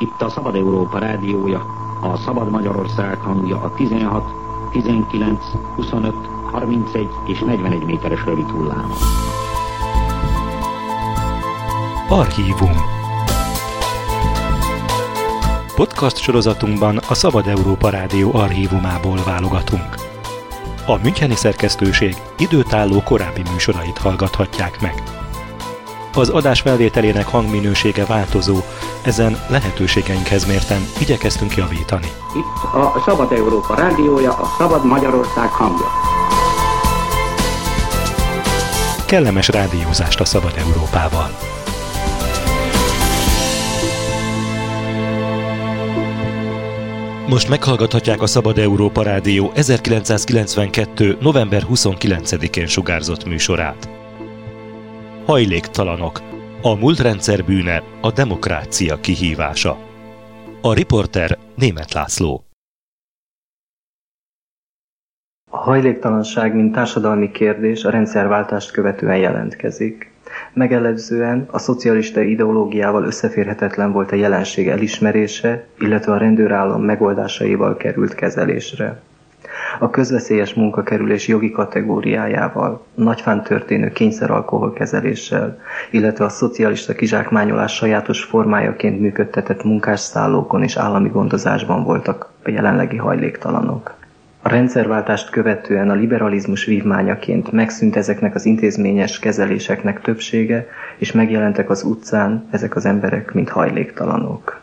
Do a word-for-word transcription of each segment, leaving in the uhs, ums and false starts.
Itt a Szabad Európa rádiója, a Szabad Magyarország hangja a tizenhat, tizenkilenc, huszonöt, harmincegy és negyvenegy méteres rövid hullámon. Archívum. Podcast sorozatunkban a Szabad Európa Rádió archívumából válogatunk. A müncheni szerkesztőség időtálló korábbi műsorait hallgathatják meg. Az adás felvételének hangminősége változó, ezen lehetőségeinkhez mérten igyekeztünk javítani. Itt a Szabad Európa rádiója, a Szabad Magyarország hangja. Kellemes rádiózást a Szabad Európával! Most meghallgathatják a Szabad Európa Rádió ezerkilencszázkilencvenkettő. november huszonkilencedikén sugárzott műsorát. Hajléktalanok. A múltrendszer bűne, a demokrácia kihívása. A riporter Németh László. A hajléktalanság, mint társadalmi kérdés a rendszerváltást követően jelentkezik. Megelőzően a szocialista ideológiával összeférhetetlen volt a jelenség elismerése, illetve a rendőrállam megoldásaival került kezelésre. A közveszélyes munkakerülés jogi kategóriájával, nagyfán történő kényszeralkoholkezeléssel, illetve a szocialista kizsákmányolás sajátos formájaként működtetett munkásszállókon és állami gondozásban voltak a jelenlegi hajléktalanok. A rendszerváltást követően a liberalizmus vívmányaként megszűnt ezeknek az intézményes kezeléseknek többsége, és megjelentek az utcán ezek az emberek, mint hajléktalanok.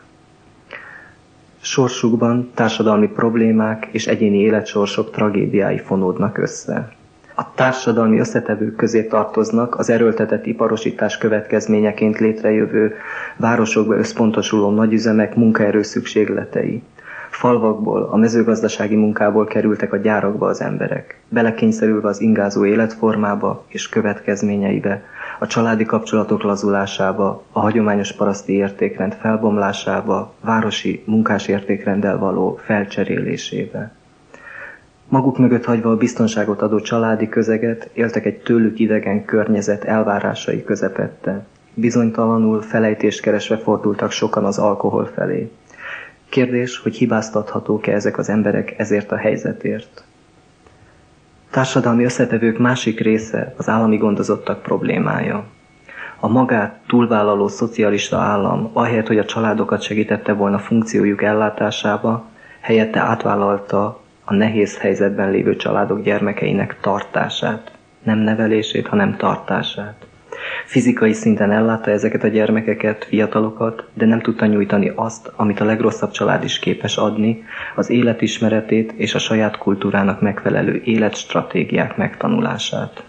Sorsukban társadalmi problémák és egyéni életsorsok tragédiái fonódnak össze. A társadalmi összetevők közé tartoznak az erőltetett iparosítás következményeként létrejövő városokba összpontosuló nagyüzemek munkaerő szükségletei. Falvakból, a mezőgazdasági munkából kerültek a gyárakba az emberek, belekényszerülve az ingázó életformába és következményeibe, a családi kapcsolatok lazulásába, a hagyományos paraszti értékrend felbomlásába, városi munkás értékrenddel való felcserélésébe. Maguk mögött hagyva a biztonságot adó családi közeget, éltek egy tőlük idegen környezet elvárásai közepette. Bizonytalanul, felejtést keresve fordultak sokan az alkohol felé. Kérdés, hogy hibáztathatók-e ezek az emberek ezért a helyzetért. Társadalmi összetevők másik része az állami gondozottak problémája. A magát túlvállaló szocialista állam, ahelyett, hogy a családokat segítette volna funkciójuk ellátásába, helyette átvállalta a nehéz helyzetben lévő családok gyermekeinek tartását. Nem nevelését, hanem tartását. Fizikai szinten ellátta ezeket a gyermekeket, fiatalokat, de nem tudta nyújtani azt, amit a legrosszabb család is képes adni, az életismeretét és a saját kultúrának megfelelő életstratégiák megtanulását.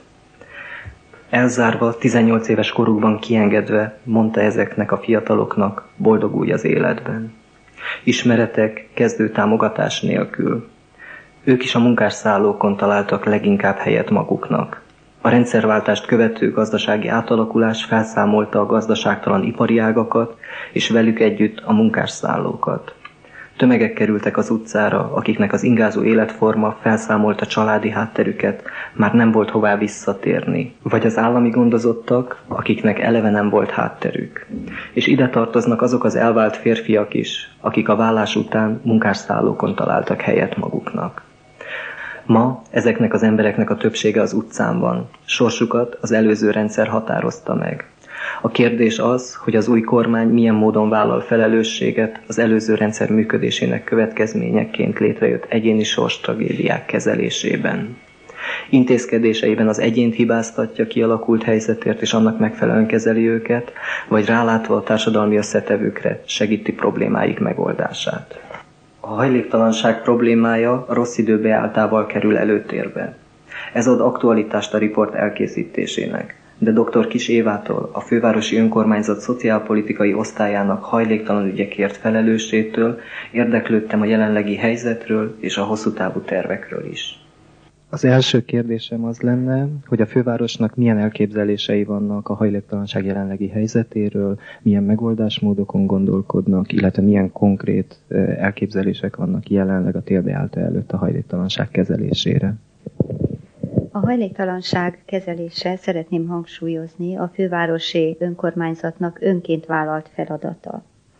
Elzárva, tizennyolc éves korukban kiengedve, mondta ezeknek a fiataloknak, boldogulj az életben. Ismeretek, kezdő támogatás nélkül. Ők is a munkásszállókon találtak leginkább helyet maguknak. A rendszerváltást követő gazdasági átalakulás felszámolta a gazdaságtalan ipari ágakat, és velük együtt a munkásszállókat. Tömegek kerültek az utcára, akiknek az ingázó életforma felszámolta családi hátterüket, már nem volt hová visszatérni. Vagy az állami gondozottak, akiknek eleve nem volt hátterük. És ide tartoznak azok az elvált férfiak is, akik a vállás után munkásszállókon találtak helyet maguknak. Ma ezeknek az embereknek a többsége az utcán van. Sorsukat az előző rendszer határozta meg. A kérdés az, hogy az új kormány milyen módon vállal felelősséget az előző rendszer működésének következményeként létrejött egyéni sorstragédiák kezelésében. Intézkedéseiben az egyént hibáztatja kialakult helyzetért és annak megfelelően kezeli őket, vagy rálátva a társadalmi összetevőkre segíti problémáik megoldását. A hajléktalanság problémája a rossz idő beálltával kerül előtérbe. Ez ad aktualitást a riport elkészítésének, de dr. Kiss Évától, a fővárosi önkormányzat szociálpolitikai osztályának hajléktalan ügyekért felelősétől érdeklődtem a jelenlegi helyzetről és a hosszú távú tervekről is. Az első kérdésem az lenne, hogy a fővárosnak milyen elképzelései vannak a hajléktalanság jelenlegi helyzetéről, milyen megoldásmódokon gondolkodnak, illetve milyen konkrét elképzelések vannak jelenleg a térbeállta előtt a hajléktalanság kezelésére. A hajléktalanság kezelése, szeretném hangsúlyozni, a fővárosi önkormányzatnak önként vállalt feladata.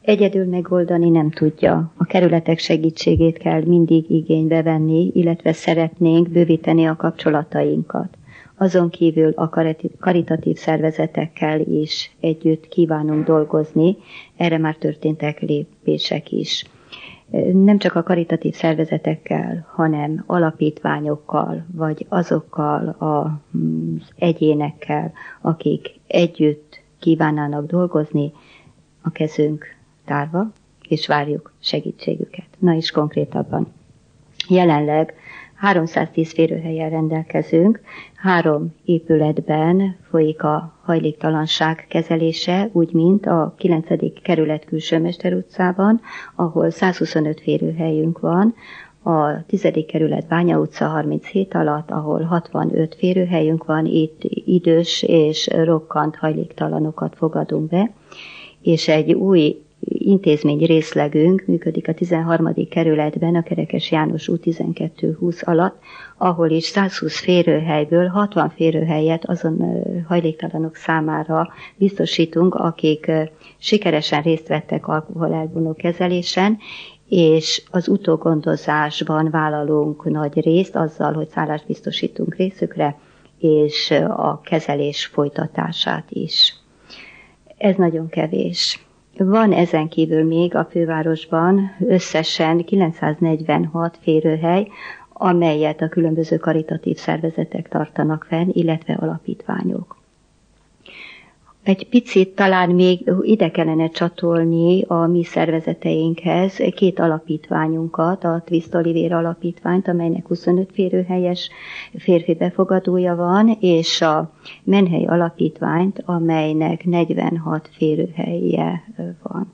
Egyedül megoldani nem tudja. A kerületek segítségét kell mindig igénybe venni, illetve szeretnénk bővíteni a kapcsolatainkat. Azon kívül a karitatív szervezetekkel is együtt kívánunk dolgozni, erre már történtek lépések is. Nem csak a karitatív szervezetekkel, hanem alapítványokkal, vagy azokkal az egyénekkel, akik együtt kívánnának dolgozni, a kezünk tárva, és várjuk segítségüket. Na is konkrétabban. Jelenleg háromszáztíz férőhelyen rendelkezünk, három épületben folyik a hajléktalanság kezelése, úgy mint a kilencedik kerület Külsőmester utcában, ahol százhuszonöt férőhelyünk van, a tizedik kerület Bánya utca harminchét alatt, ahol hatvanöt férőhelyünk van, itt idős és rokkant hajléktalanokat fogadunk be, és egy új intézmény részlegünk működik a tizenharmadik kerületben, a Kerekes János út tizenkettő húsz alatt, ahol is százhúsz férőhelyből hatvan férőhelyet azon hajléktalanok számára biztosítunk, akik sikeresen részt vettek alkoholelvonó kezelésen, és az utógondozásban vállalunk nagy részt azzal, hogy szállást biztosítunk részükre, és a kezelés folytatását is. Ez nagyon kevés. Van ezen kívül még a fővárosban összesen kilencszáznegyvenhat férőhely, amelyet a különböző karitatív szervezetek tartanak fenn, illetve alapítványok. Egy picit talán még ide kellene csatolni a mi szervezeteinkhez két alapítványunkat, a Twist Olivéra alapítványt, amelynek huszonöt férőhelyes férfi befogadója van, és a Menhely alapítványt, amelynek negyvenhat férőhelye van.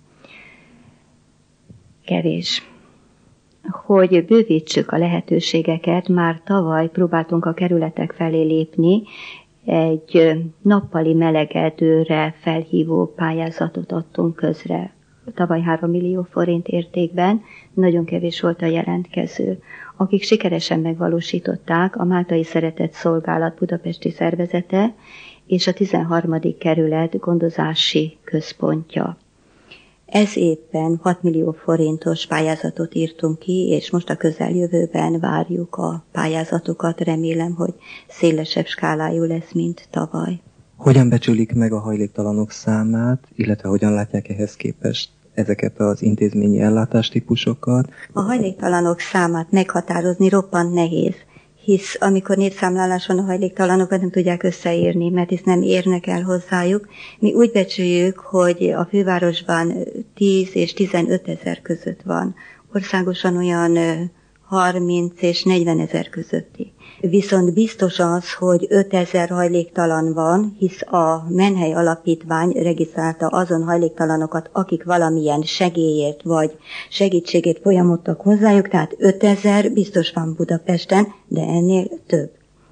Kevés. Hogy bővítsük a lehetőségeket, már tavaly próbáltunk a kerületek felé lépni, egy nappali melegedőre felhívó pályázatot adtunk közre. Tavaly három millió forint értékben, nagyon kevés volt a jelentkező. Akik sikeresen megvalósították, a Máltai Szeretett Szolgálat budapesti szervezete és a tizenharmadik kerület gondozási központja. Ez évben hat millió forintos pályázatot írtunk ki, és most a közeljövőben várjuk a pályázatokat. Remélem, hogy szélesebb skálájú lesz, mint tavaly. Hogyan becsülik meg a hajléktalanok számát, illetve hogyan látják ehhez képest ezeket az intézményi ellátástípusokat? A hajléktalanok számát meghatározni roppant nehéz, hisz amikor népszámlálás van, a hajléktalanokat nem tudják összeírni, mert hisz nem érnek el hozzájuk. Mi úgy becsüljük, hogy a fővárosban tíz és tizenöt ezer között van, országosan olyan harminc és negyven ezer közötti. Viszont biztos az, hogy ötezer hajléktalan van, hisz a Menhely Alapítvány regisztrálta azon hajléktalanokat, akik valamilyen segélyért vagy segítségét folyamodtak hozzájuk, tehát ötezer biztos van Budapesten, de ennél több.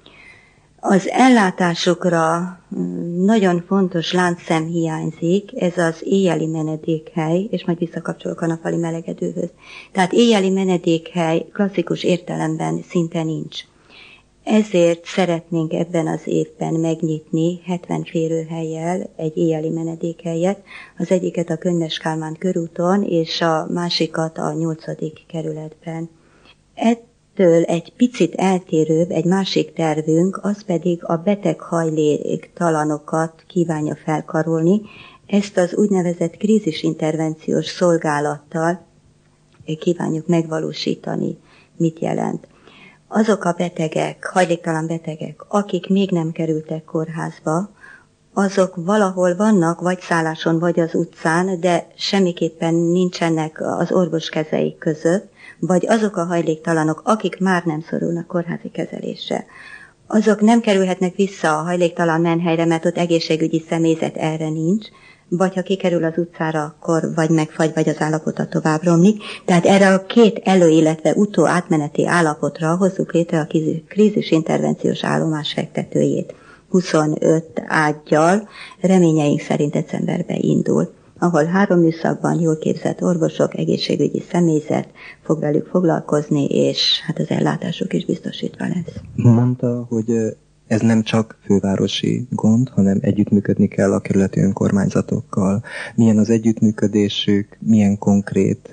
Az ellátásokra nagyon fontos láncszem hiányzik, ez az éjjeli menedékhely, és majd visszakapcsolok a nappali melegedőhöz. Tehát éjjeli menedékhely klasszikus értelemben szinte nincs. Ezért szeretnénk ebben az évben megnyitni hetven férőhellyel egy éjjeli menedékhelyet, az egyiket a Könyves Kálmán körúton, és a másikat a nyolcadik kerületben. Ettől egy picit eltérőbb egy másik tervünk, az pedig a beteg hajléktalanokat kívánja felkarolni. Ezt az úgynevezett krízisintervenciós szolgálattal kívánjuk megvalósítani. Mit jelent? Azok a betegek, hajléktalan betegek, akik még nem kerültek kórházba, azok valahol vannak, vagy szálláson, vagy az utcán, de semmiképpen nincsenek az orvoskezeik között, vagy azok a hajléktalanok, akik már nem szorulnak kórházi kezelésre. Azok nem kerülhetnek vissza a hajléktalan menhelyre, mert ott egészségügyi személyzet erre nincs, vagy ha kikerül az utcára, akkor vagy megfagy, vagy az állapota tovább romlik. Tehát erre a két elő, illetve utó átmeneti állapotra hozzuk létre a krízisintervenciós állomás fektetőjét. huszonöt ággyal, reményeink szerint decemberben indul, ahol három műszakban jól képzett orvosok, egészségügyi személyzet fog velük foglalkozni, és hát az ellátásuk is biztosítva lesz. Mondta, hogy ez nem csak fővárosi gond, hanem együttműködni kell a kerületi önkormányzatokkal. Milyen az együttműködésük, milyen konkrét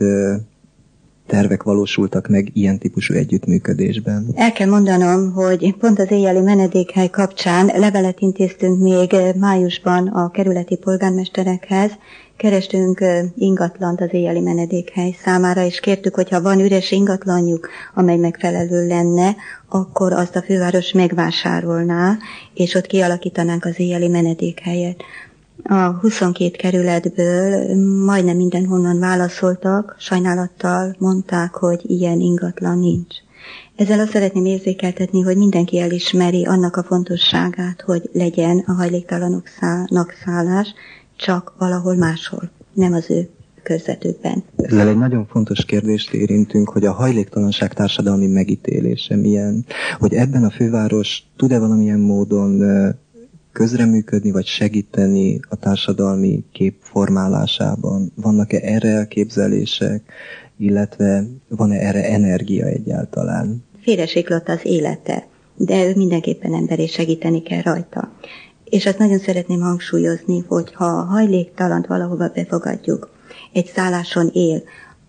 tervek valósultak meg ilyen típusú együttműködésben? El kell mondanom, hogy pont az éjjeli menedékhely kapcsán levelet intéztünk még májusban a kerületi polgármesterekhez, kerestünk ingatlant az éjjeli menedékhely számára, és kértük, hogyha van üres ingatlanjuk, amely megfelelő lenne, akkor azt a főváros megvásárolná, és ott kialakítanánk az éjjeli menedékhelyet. A huszonkét kerületből majdnem mindenhonnan válaszoltak, sajnálattal mondták, hogy ilyen ingatlan nincs. Ezzel azt szeretném érzékeltetni, hogy mindenki elismeri annak a fontosságát, hogy legyen a hajléktalanoknak szállás, csak valahol máshol, nem az ő körzetükben. Ezzel egy nagyon fontos kérdést érintünk, hogy a hajléktalanság társadalmi megítélése milyen, hogy ebben a főváros tud-e valamilyen módon közreműködni, vagy segíteni a társadalmi kép formálásában? Vannak-e erre elképzelések, illetve van-e erre energia egyáltalán? Félresiklott az élete, de ő mindenképpen ember, és segíteni kell rajta. És azt nagyon szeretném hangsúlyozni, hogy ha a hajléktalant valahova befogadjuk, egy szálláson él,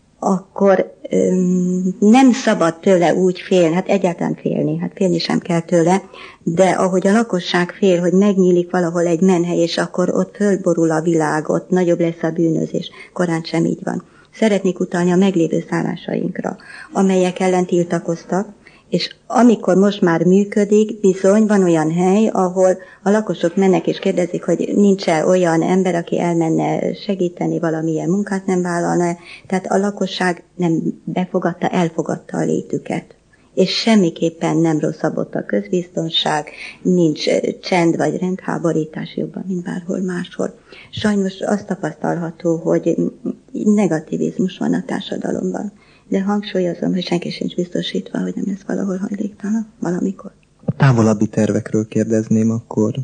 akkor öm, nem szabad tőle úgy félni, hát egyáltalán félni, hát félni sem kell tőle, de ahogy a lakosság fél, hogy megnyílik valahol egy menhely, és akkor ott fölborul a világ, ott nagyobb lesz a bűnözés, korán sem így van. Szeretnék utalni a meglévő szállásainkra, amelyek ellen tiltakoztak, és amikor most már működik, bizony van olyan hely, ahol a lakosok mennek és kérdezik, hogy nincs-e olyan ember, aki elmenne segíteni, valamilyen munkát nem vállalna. Tehát a lakosság nem befogadta, elfogadta a létüket. És semmiképpen nem rosszabbott a közbiztonság, nincs csend vagy rendháborítás jobban, mint bárhol máshol. Sajnos azt tapasztalható, hogy negativizmus van a társadalomban. De hangsúlyozom, hogy senki sincs biztosítva, hogy nem lesz valahol hajléktalan valamikor. A távolabbi tervekről kérdezném akkor.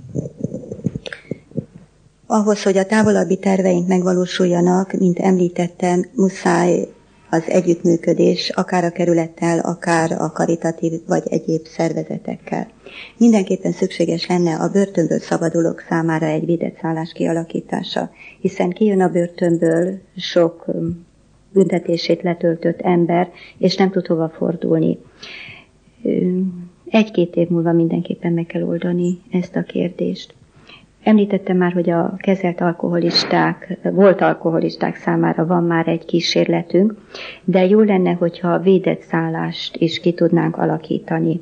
Ahhoz, hogy a távolabbi terveink megvalósuljanak, mint említettem, muszáj az együttműködés, akár a kerülettel, akár a karitatív vagy egyéb szervezetekkel. Mindenképpen szükséges lenne a börtönből szabadulók számára egy védett szállás kialakítása, hiszen kijön a börtönből sok büntetését letöltött ember, és nem tud hova fordulni. Egy-két év múlva mindenképpen meg kell oldani ezt a kérdést. Említettem már, hogy a kezelt alkoholisták, volt alkoholisták számára van már egy kísérletünk, de jó lenne, hogyha védett szállást is ki tudnánk alakítani.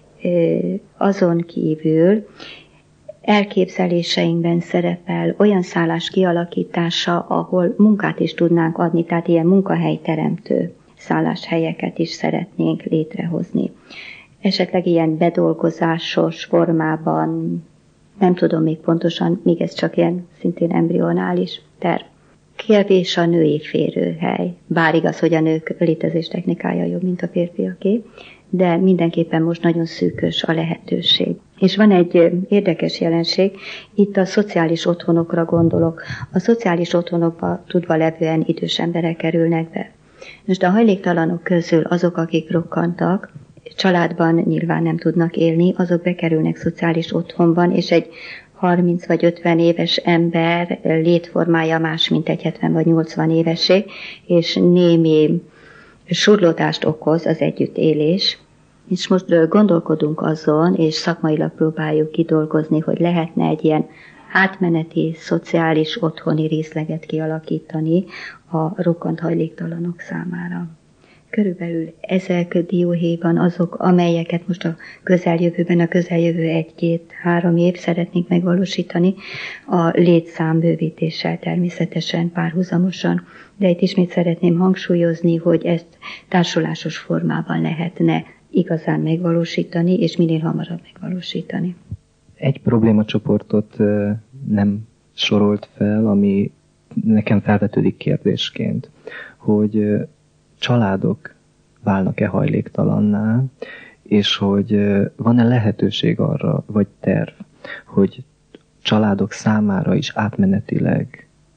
Azon kívül elképzeléseinkben szerepel olyan szállás kialakítása, ahol munkát is tudnánk adni, tehát ilyen munkahelyteremtő szálláshelyeket is szeretnénk létrehozni. Esetleg ilyen bedolgozásos formában, nem tudom még pontosan, még ez csak ilyen szintén embrionális terv. Kevés a női férőhely, bár igaz, hogy a nők létezés technikája jobb, mint a férfiaké, de mindenképpen most nagyon szűkös a lehetőség. És van egy érdekes jelenség, itt a szociális otthonokra gondolok. A szociális otthonokba tudva levően idős emberek kerülnek be. Most a hajléktalanok közül azok, akik rokkantak, családban nyilván nem tudnak élni, azok bekerülnek szociális otthonban, és egy harminc vagy ötven éves ember létformája más, mint egy hetven vagy nyolcvan évesé, és némi surlódást okoz az együttélés. És most gondolkodunk azon, és szakmailag próbáljuk kidolgozni, hogy lehetne egy ilyen átmeneti, szociális otthoni részleget kialakítani a rokkant hajléktalanok számára. Körülbelül ezek dióhéjban azok, amelyeket most a közeljövőben, a közeljövő egy-két-három év szeretnénk megvalósítani, a létszám bővítéssel természetesen párhuzamosan, de itt ismét szeretném hangsúlyozni, hogy ezt társulásos formában lehetne igazán megvalósítani, és minél hamarabb megvalósítani. Egy problémacsoportot nem sorolt fel, ami nekem felvetődik kérdésként, hogy családok válnak-e hajléktalanná, és hogy van-e lehetőség arra, vagy terv, hogy családok számára is átmenetileg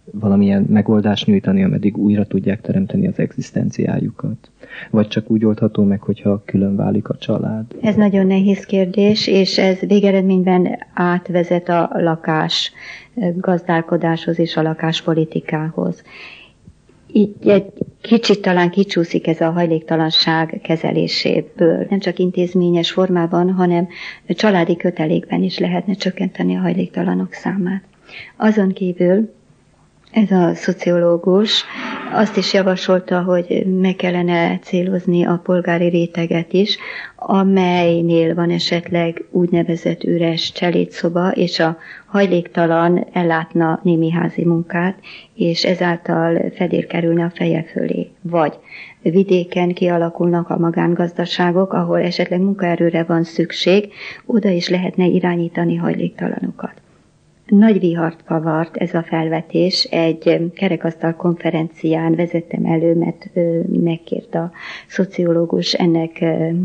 valamilyen megoldást nyújtani, ameddig újra tudják teremteni az egzisztenciájukat? Vagy csak úgy oldható meg, hogyha külön válik a család? Ez nagyon nehéz kérdés, és ez végeredményben átvezet a lakás gazdálkodáshoz és a lakáspolitikához. Így egy kicsit talán kicsúszik ez a hajléktalanság kezeléséből. Nem csak intézményes formában, hanem családi kötelékben is lehetne csökkenteni a hajléktalanok számát. Azon kívül ez a szociológus azt is javasolta, hogy meg kellene célozni a polgári réteget is, amelynél van esetleg úgynevezett üres cselédszoba, és a hajléktalan ellátna némi házi munkát, és ezáltal fedél kerülne a feje fölé. Vagy vidéken kialakulnak a magángazdaságok, ahol esetleg munkaerőre van szükség, oda is lehetne irányítani hajléktalanokat. Nagy vihart kavart ez a felvetés, egy kerekasztal konferencián vezettem elő, mert megkért a szociológus ennek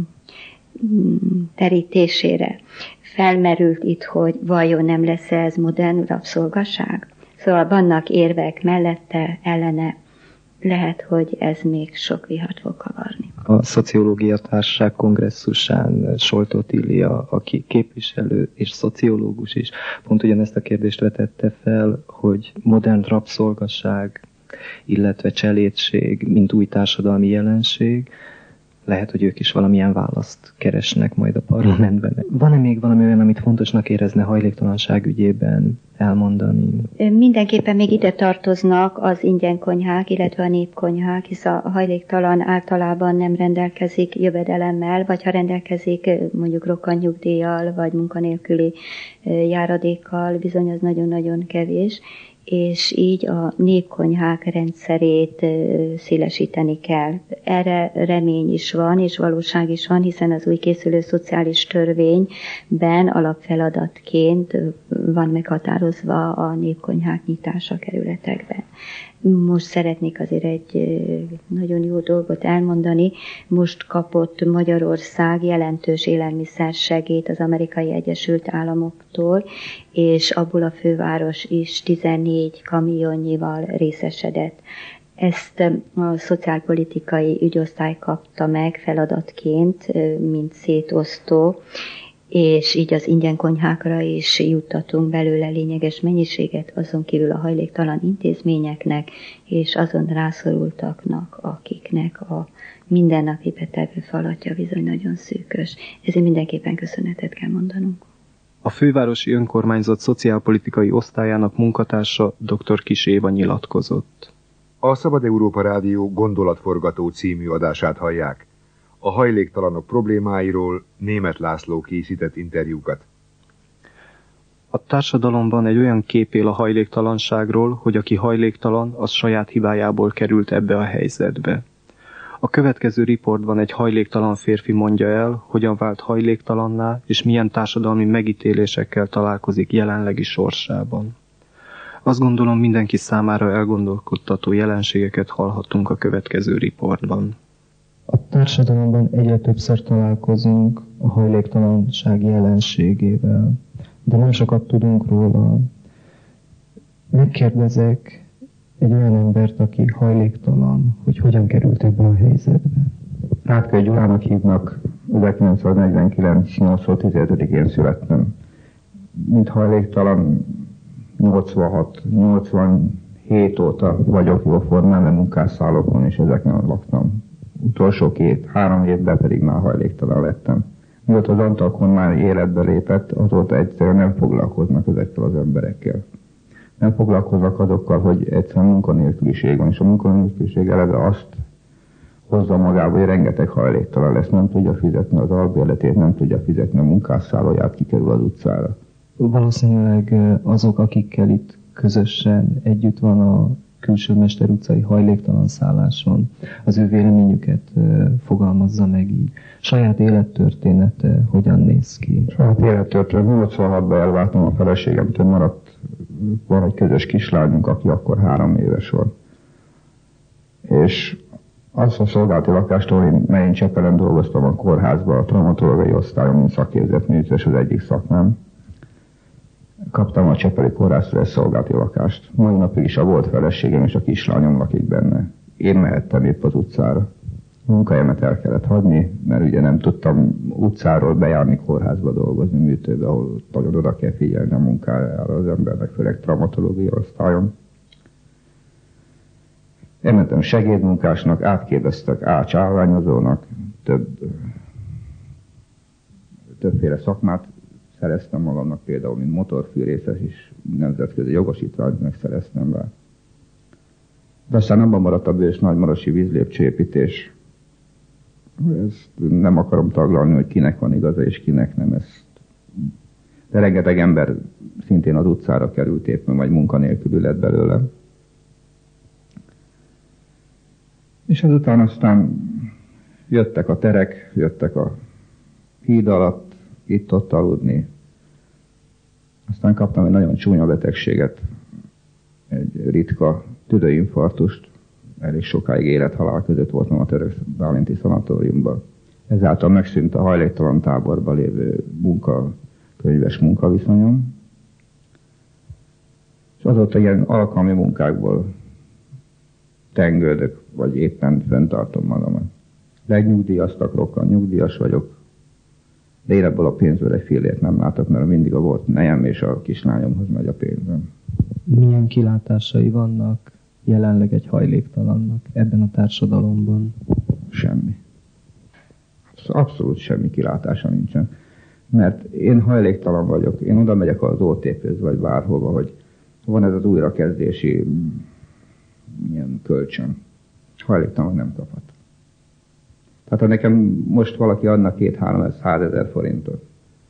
terítésére. Felmerült itt, hogy vajon nem lesz ez modern rabszolgaság? Szóval vannak érvek mellette, ellene. Lehet, hogy ez még sok vihart fog kavarni. A Szociológia Társaság kongresszusán Soltó Tília, aki képviselő és szociológus is, pont ugyanezt a kérdést vetette fel, hogy modern rabszolgaság, illetve cselédség, mint új társadalmi jelenség, lehet, hogy ők is valamilyen választ keresnek majd a parlamentben. Van-e még valami olyan, amit fontosnak érezne hajléktalanság ügyében elmondani? Mindenképpen még ide tartoznak az ingyenkonyhák, illetve a népkonyhák, hisz a hajléktalan általában nem rendelkezik jövedelemmel, vagy ha rendelkezik mondjuk rokkantnyugdíjjal, vagy munkanélküli járadékkal, bizony az nagyon-nagyon kevés, és így a népkonyhák rendszerét szélesíteni kell. Erre remény is van, és valóság is van, hiszen az új készülő szociális törvényben alapfeladatként van meghatározva a népkonyhák nyitása kerületekben. Most szeretnék azért egy nagyon jó dolgot elmondani. Most kapott Magyarország jelentős élelmiszersegélyt az Amerikai Egyesült Államoktól, és abból a főváros is tizennégy kamionnyival részesedett. Ezt a szociálpolitikai ügyosztály kapta meg feladatként, mint szétosztó, és így az ingyenkonyhákra is juttatunk belőle lényeges mennyiséget, azon kívül a hajléktalan intézményeknek, és azon rászorultaknak, akiknek a mindennapi betevő falatja bizony nagyon szűkös. Ezért mindenképpen köszönetet kell mondanunk. A fővárosi önkormányzat szociálpolitikai osztályának munkatársa dr. Kis Éva nyilatkozott. A Szabad Európa Rádió Gondolatforgató című adását hallják. A hajléktalanok problémáiról Németh László készített interjúkat. A társadalomban egy olyan kép él a hajléktalanságról, hogy aki hajléktalan, az saját hibájából került ebbe a helyzetbe. A következő riportban egy hajléktalan férfi mondja el, hogyan vált hajléktalanná, és milyen társadalmi megítélésekkel találkozik jelenlegi sorsában. Azt gondolom, mindenki számára elgondolkodtató jelenségeket hallhatunk a következő riportban. A társadalomban egyre többször találkozunk a hajléktalanság jelenségével, de nem sokat tudunk róla. Megkérdezek egy olyan embert, aki hajléktalan, hogy hogyan került ebbe a helyzetbe. Rátkay Gyulának hívnak, ezerkilencszáznegyvenkilenc. nyolcadika tizenötödikén születtem. Mint hajléktalan nyolcvanhat nyolcvanhét óta vagyok jóformán, de munkásszállókon, és ezeken laktam. Utolsó két-három évben pedig már hajléktalan lettem. Mióta az Antal már életbe lépett, azóta egyszerűen nem foglalkoznak ezekkel az emberekkel. Nem foglalkoznak azokkal, hogy egyszerűen munkanélküliség van, és a munkanélküliség eleve azt hozza magába, hogy rengeteg hajléktalan lesz, nem tudja fizetni az albérletét, nem tudja fizetni a munkásszállóját, kikerül az utcára. Valószínűleg azok, akikkel itt közösen együtt van a Külső Mester utcai hajléktalan szálláson, az ő véleményüket fogalmazza meg így. Saját élettörténete hogyan néz ki? Saját élettörténet. nyolcvanhatban elváltam a feleségemtől, maradt, van egy közös kislányunk, aki akkor három éves volt. És azt a szolgálati lakástól, én Melyén Csepelen dolgoztam a kórházban, a traumatológiai osztályon, mint szakképzett műtész az egyik szakmám. kaptam a Csepeli kórháztól egy szolgálati lakást. Mai napig is a volt feleségem és a kislányom lakik benne. Én mehettem épp az utcára. A munkahelyemet el kellett hagyni, mert ugye nem tudtam utcáról bejárni kórházba dolgozni, műtőbe, ahol nagyon oda kell figyelni a munkájára az embernek, főleg traumatológia osztályon. Elmentem segédmunkásnak, átképeztek ács állványozónak, több, többféle szakmát szereztem magamnak, például mint motorfűrészes is, nemzetközi jogosítványt megszereztem be. De aztán abban maradt a bős nagymarosi vízlépcsőépítés. Ezt nem akarom taglalni, hogy kinek van igaza és kinek nem. Ezt. De rengeteg ember szintén az utcára került éppen, vagy munkanélkül lett belőle. És azután aztán jöttek a terek, jöttek a híd alatt, itt-ott aludni. Aztán kaptam egy nagyon csúnya betegséget, egy ritka tüdőinfarktust. Elég sokáig élet-halál között voltam a Török Bálinti szanatóriumban. Ezáltal megszűnt a hajléktalan táborban lévő munka, könyves munkaviszonyom. És azóta ilyen alkalmi munkákból tengődök, vagy éppen fenntartom magamat. Legnyugdíjaztak rokkant, nyugdíjas vagyok, de én ebből a pénzből egy fillért nem látok, mert mindig a volt nejem és a kislányomhoz megy a pénzem. Milyen kilátásai vannak jelenleg egy hajléktalannak ebben a társadalomban? Semmi. Abszolút semmi kilátása nincsen. Mert én hajléktalan vagyok, én oda megyek az ó té péhez vagy bárhova, hogy van ez az újrakezdési ilyen kölcsön. Hajléktalan nem kaphat. Tehát ha nekem most valaki adna két-három-százezer forintot,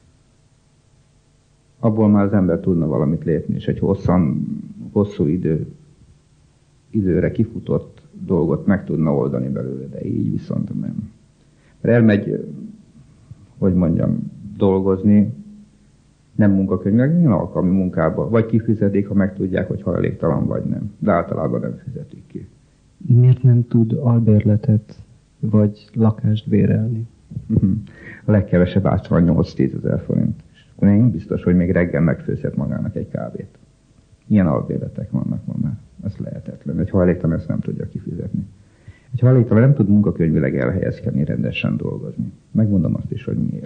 abból már az ember tudna valamit lépni, és egy hosszan, hosszú idő, időre kifutott dolgot meg tudna oldani belőle, de így viszont nem. Mert elmegy, hogy mondjam, dolgozni, nem munkakönyvek, milyen alkalmi munkába, vagy kifizetik, ha megtudják, hogy hajléktalan vagy nem. De általában nem fizetik ki. Miért nem tud albérletet vagy lakást bérelni? A legkevesebb átvan nyolc-tízezer forint. És akkor én biztos, hogy még reggel megfőzhet magának egy kávét. Ilyen albérletek vannak ma már. Ez lehetetlen. Egy hajléktalan ezt nem tudja kifizetni. Egy hajléktalan nem tud munkakönyvileg elhelyezkedni, rendesen dolgozni. Megmondom azt is, hogy miért.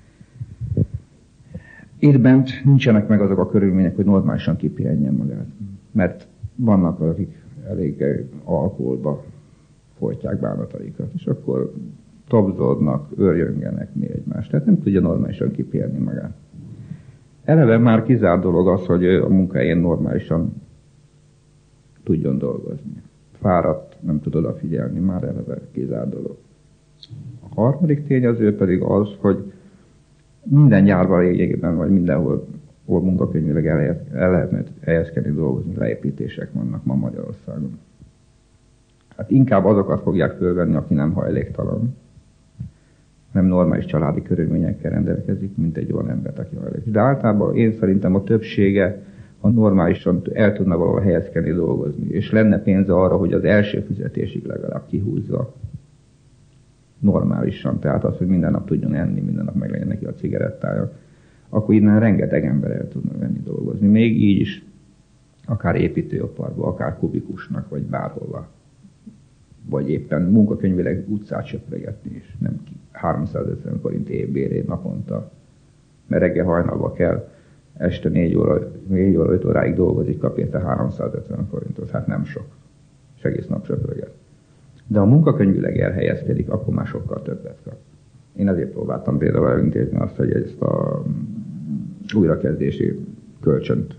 Itt bent nincsenek meg azok a körülmények, hogy normálisan kipihenjen magát. Mert vannak, akik elég alkoholba folytják bánataikat, és akkor tobzódnak, őrjöngenek mi egymást. Tehát nem tudja normálisan kipihenni magát. Eleve már kizárt dolog az, hogy ő a munkahelyén normálisan tudjon dolgozni. Fáradt, nem tud odafigyelni, már eleve kizárt dolog. A harmadik tényező pedig az, hogy minden gyárban lényegében, vagy mindenhol, ahol munkakönyvileg el, el lehetne helyezkedni, dolgozni, leépítések vannak ma Magyarországon. Hát inkább azokat fogják fölvenni, aki nem hajléktalan, nem normális családi körülményekkel rendelkezik, mint egy olyan ember, aki hajléktalan. De általában én szerintem a többsége, ha normálisan el tudna valahol helyezkedni, dolgozni, és lenne pénze arra, hogy az első fizetésig legalább kihúzza normálisan, tehát az, hogy minden nap tudjon enni, minden nap meg legyen neki a cigarettája, akkor innen rengeteg ember el tudna venni dolgozni. Még így is, akár építőiparba, akár kubikusnak, vagy bárhova. Vagy éppen munkakönyvileg utcát söpregetni is, nem ki háromszázötven forint évbérét naponta, mert reggel hajnalba kell, este négy óra, négy óra, öt óráig dolgozik, kap érte háromszázötven forintot, hát nem sok, és egész nap söpreget. De ha munkakönyvileg elhelyezkedik, akkor már sokkal többet kap. Én ezért próbáltam például elintézni azt, hogy ezt a újrakezdési kölcsönt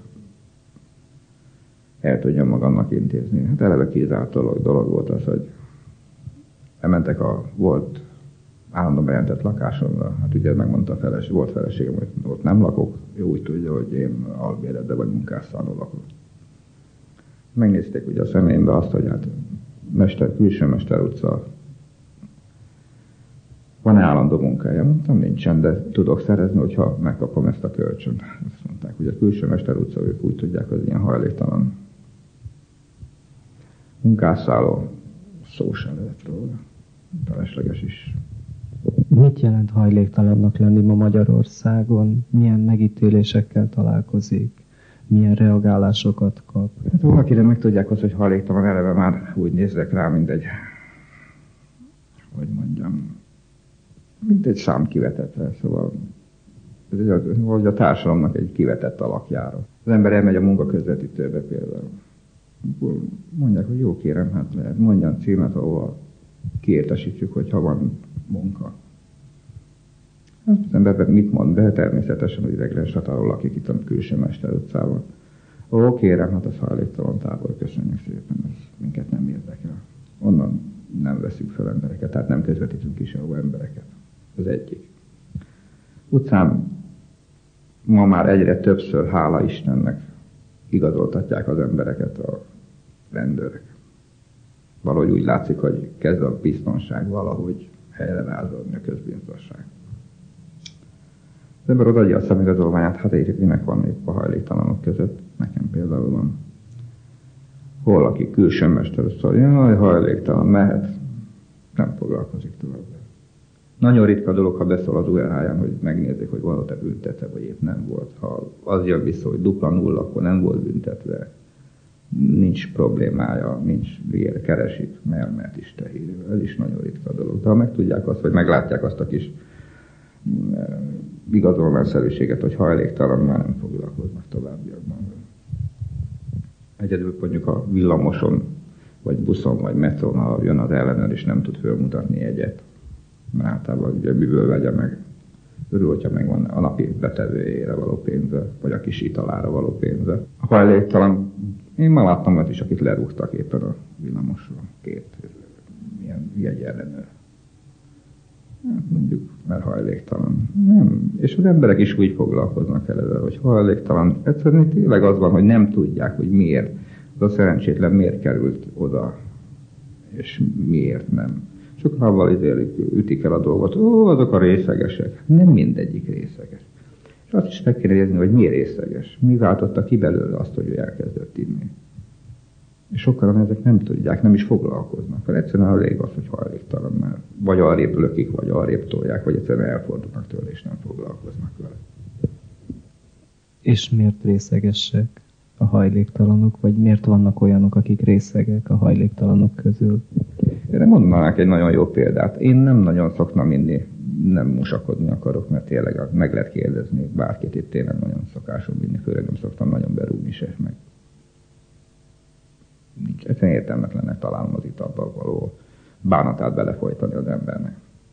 el tudjam magamnak intézni. Hát eleve kizárt dolog, dolog volt az, hogy elmentek a volt állandóan bejelentett lakásomra. Hát ugye megmondta a feleség, volt feleségem, hogy ott nem lakok, ő úgy tudja, hogy én albérletben vagy munkásszálló lakok. Megnézték ugye a személyembe azt, hogy hát Mester, külső Mester utca, van-e állandó munkája? Mondtam, nincsen, de tudok szerezni, hogyha megkapom ezt a kölcsönt. Azt mondták, hogy a külső Mester utca, ők úgy tudják, hogy ilyen hajléktalan munkásszálló, szó sem lett róla. Felesleges is. Mit jelent hajléktalannak lenni ma Magyarországon? Milyen megítélésekkel találkozik? Milyen reagálásokat kap? Hát valakire megtudják azt, hogy hajléktalan, eleve már úgy nézzek rá, mint egy, hogy mondjam, mint egy szám kivetetre, szóval vagy a társadalomnak egy kivetett alakjára. Az ember elmegy a munkaközvetítőbe például. Akkor mondják, hogy jó kérem, hát lehet, mondjan címet, ahol kiértesítjük, hogyha van munka. Az ember mit mond be? Természetesen az Ideglenes Csata, lakik itt a Külső Mester utcában. Ó, kérem, hát az hajléktalan tábor, köszönjük szépen, ez minket nem érdekel. Onnan nem veszünk fel embereket, tehát nem közvetítünk is ahol embereket. Az egyik. Utcán ma már egyre többször, hála Istennek, igazoltatják az embereket a rendőrök. Valahogy úgy látszik, hogy kezd a biztonság valahogy helyrevázolni, a közbiztonság. Az ember odaadja a szemigazolványát, hát érjük, minek van épp a hajléktalanok között. Nekem például van. Hol aki külső mester, szól, jaj, hajléktalan, mehet. Nem foglalkozik tovább. Nagyon ritka dolog, ha beszól az u er há-ján, hogy megnézzék, hogy volt-e büntetve, vagy épp nem volt. Ha az jön vissza, hogy dupla nulla, akkor nem volt büntetve. Nincs problémája, nincs miért keresik, mert, mert is tehírő. Ez is nagyon ritka dolog. De ha megtudják azt, vagy meglátják azt a kis igazolványszerűséget, hogy hajléktalan, már nem foglalkoznak továbbiakban. Egyedül mondjuk a villamoson, vagy buszon, vagy metrón, ha jön az ellenőr, és nem tud fölmutatni egyet. Mert általában ugye miből vegye meg. Örül, hogyha megvan a napi betevőjére való pénze, vagy a kis italára való pénze. A hajléktalan, én már láttam olyat is, akit lerúgtak éppen a villamosról. Két ilyen jegyellenőr. Hát mondjuk, mert hajléktalan. Nem. És az emberek is úgy foglalkoznak el ezzel, hogy hajléktalan. Egyszerűen tényleg az van, hogy nem tudják, hogy miért. Az a szerencsétlen miért került oda, és miért nem. Sokan avval izélik, ütik el a dolgot. Ó, azok a részegesek. Nem mindegyik részeges. És azt is meg kéne érzni, hogy mi részeges. Mi váltotta ki belőle azt, hogy ő elkezdett inni. És sokan ezek nem tudják, nem is foglalkoznak. Mert egyszerűen elég az, hogy hajléktalan, mert vagy arrébb lökik, vagy arrébb tolják, vagy egyszerűen elfordulnak tőle, és nem foglalkoznak vele. És miért részegesek a hajléktalanok, vagy miért vannak olyanok, akik részegek a hajléktalanok közül? Én mondanák egy nagyon jó példát. Én nem nagyon szoktam inni, nem musakodni akarok, mert tényleg meg lehet kérdezni bárkit, itt tényleg nagyon szokásom inni, főleg nem szoktam nagyon berúgni se, meg nincs. Egyszerűen értelmetlennek találom az italba való bánatát belefolytani az embernek.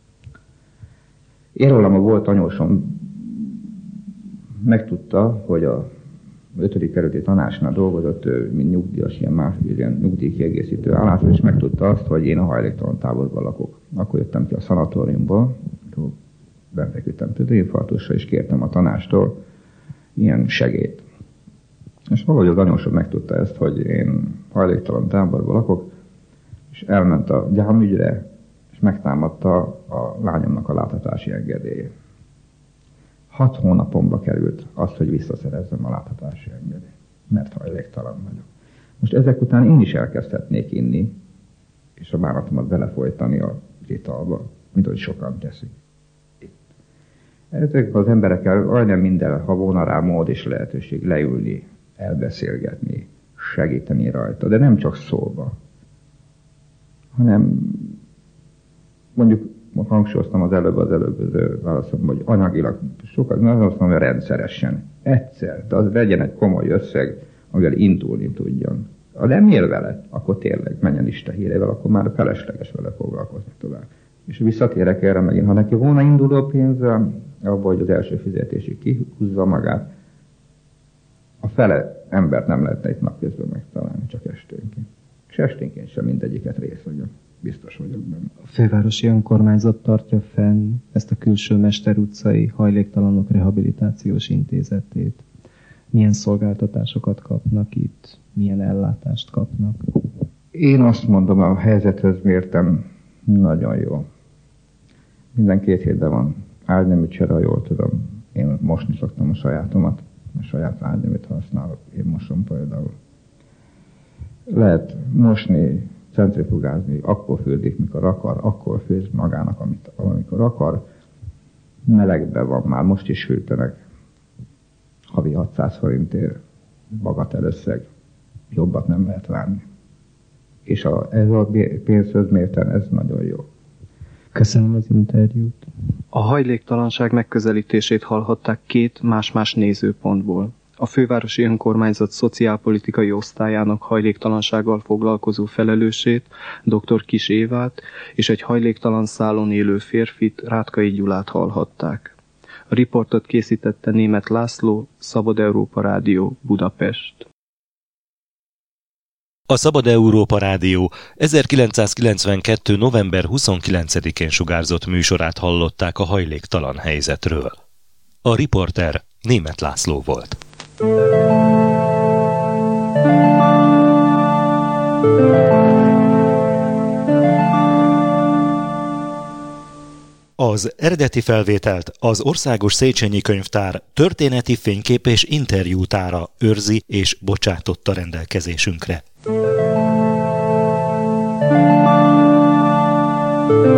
Én rólam a volt anyósom megtudta, hogy a ötödik kerületi tanácsnál dolgozott, mint nyugdíjas, ilyen más, ilyen nyugdíjkiegészítő állásról, és megtudta azt, hogy én a hajléktalan táborban lakok. Akkor jöttem ki a szanatóriumból, befeküdtem tüdőinfarktusra, és kértem a tanástól ilyen segélyt. És valahogy az anyósom megtudta ezt, hogy én hajléktalan táborban lakok, és elment a gyámügyre, és megtámadta a lányomnak a láthatási engedélyét. Hat hónapomba került az, hogy visszaszerezzem a láthatási engedélyt, mert hajléktalan vagyok. Most ezek után én is elkezdhetnék inni, és a bánatomat belefolytani a italba, mint hogy sokan teszik. Itt. Ezek az emberekkel majdnem minden, ha volna rá mód és lehetőség leülni, elbeszélgetni, segíteni rajta, de nem csak szóba, hanem mondjuk hangsúlyoztam az előbb az előbb válaszom, hogy anyagilag sokat, nem azt mondom, hogy rendszeresen, egyszer, de az legyen egy komoly összeg, amivel indulni tudjon. Ha nem ér vele, akkor tényleg menjen Isten hírével, akkor már felesleges vele foglalkozni tovább. És visszatérek erre megint, ha neki volna induló pénze, abban, hogy az első fizetésig kihúzza magát, a fele embert nem lehetne itt napközben megtalálni, csak esténként. És esténként sem mindegyiket részlegyen. Biztos vagyok benne. A fővárosi önkormányzat tartja fenn ezt a Külső Mester utcai hajléktalanok rehabilitációs intézetét. Milyen szolgáltatásokat kapnak itt? Milyen ellátást kapnak? Én azt mondom, a helyzethez mértem nagyon jó. Minden két hétben van ágynemű csere, ha jól tudom. Én mosni szoktam a sajátomat. A saját ágyneműt használok. Én mosom például. Lehet mosni, centrifugázni, akkor főzik, mikor akar, akkor főz magának, amit, amikor akar. melegben van, már most is hűtenek havi hatszáz forintért bagatelösszeg, jobbat nem lehet várni. És a, ez a pénzhöz mérten ez nagyon jó. Köszönöm az interjút. A hajléktalanság megközelítését hallhatták két más-más nézőpontból. A fővárosi önkormányzat szociálpolitikai osztályának hajléktalansággal foglalkozó felelősét, dr. Kis Évát, és egy hajléktalan szálon élő férfit, Rátkai Gyulát hallhatták. A riportot készítette Németh László, Szabad Európa Rádió, Budapest. A Szabad Európa Rádió ezerkilencszázkilencvenkettő. november huszonkilencedikén sugárzott műsorát hallották a hajléktalan helyzetről. A riporter Németh László volt. Az eredeti felvételt az Országos Széchenyi Könyvtár történeti fénykép és interjútára őrzi és bocsátotta rendelkezésünkre.